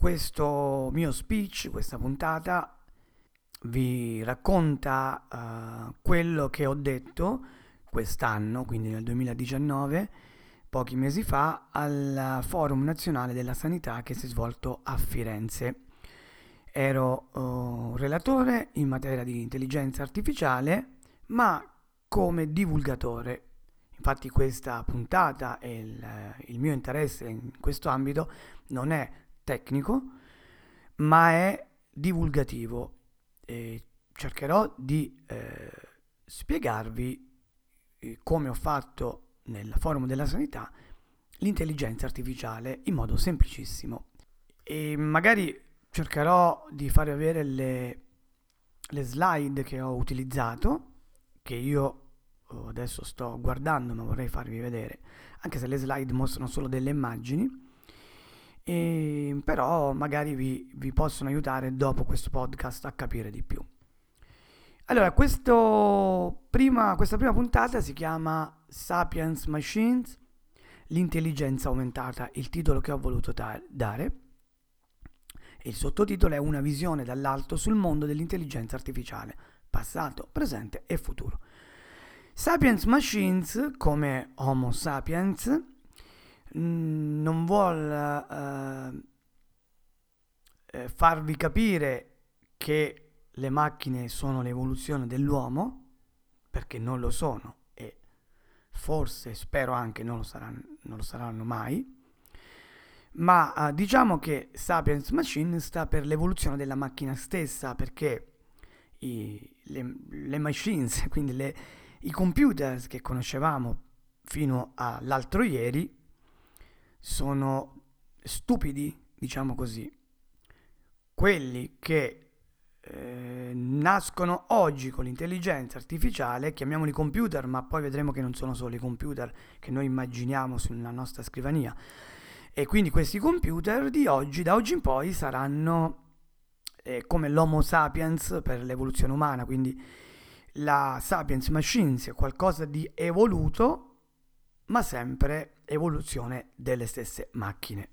Questo mio speech, questa puntata, vi racconta quello che ho detto quest'anno, quindi nel 2019, pochi mesi fa, al Forum Nazionale della Sanità che si è svolto a Firenze. Ero relatore in materia di intelligenza artificiale, ma come divulgatore. Infatti questa puntata e il mio interesse in questo ambito non è tecnico, ma è divulgativo. E cercherò di spiegarvi come ho fatto nel forum della sanità l'intelligenza artificiale in modo semplicissimo. E magari cercherò di farvi avere le slide che ho utilizzato, che io adesso sto guardando ma vorrei farvi vedere, anche se le slide mostrano solo delle immagini, però magari vi possono aiutare dopo questo podcast a capire di più. Allora, questa prima puntata si chiama Sapiens Machines, l'intelligenza aumentata, il titolo che ho voluto dare. E il sottotitolo è Una visione dall'alto sul mondo dell'intelligenza artificiale, passato, presente e futuro. Sapiens Machines, come Homo sapiens, non vuol farvi capire che le macchine sono l'evoluzione dell'uomo, perché non lo sono e forse, spero anche, non lo saranno mai, ma diciamo che Sapiens Machine sta per l'evoluzione della macchina stessa, perché le machines, quindi i computer che conoscevamo fino all'altro ieri, sono stupidi, diciamo così. Quelli che nascono oggi con l'intelligenza artificiale, chiamiamoli computer, ma poi vedremo che non sono solo i computer che noi immaginiamo sulla nostra scrivania. E quindi questi computer di oggi, da oggi in poi, saranno come l'Homo sapiens per l'evoluzione umana, quindi la Sapiens Machine sia qualcosa di evoluto, ma sempre evoluzione delle stesse macchine.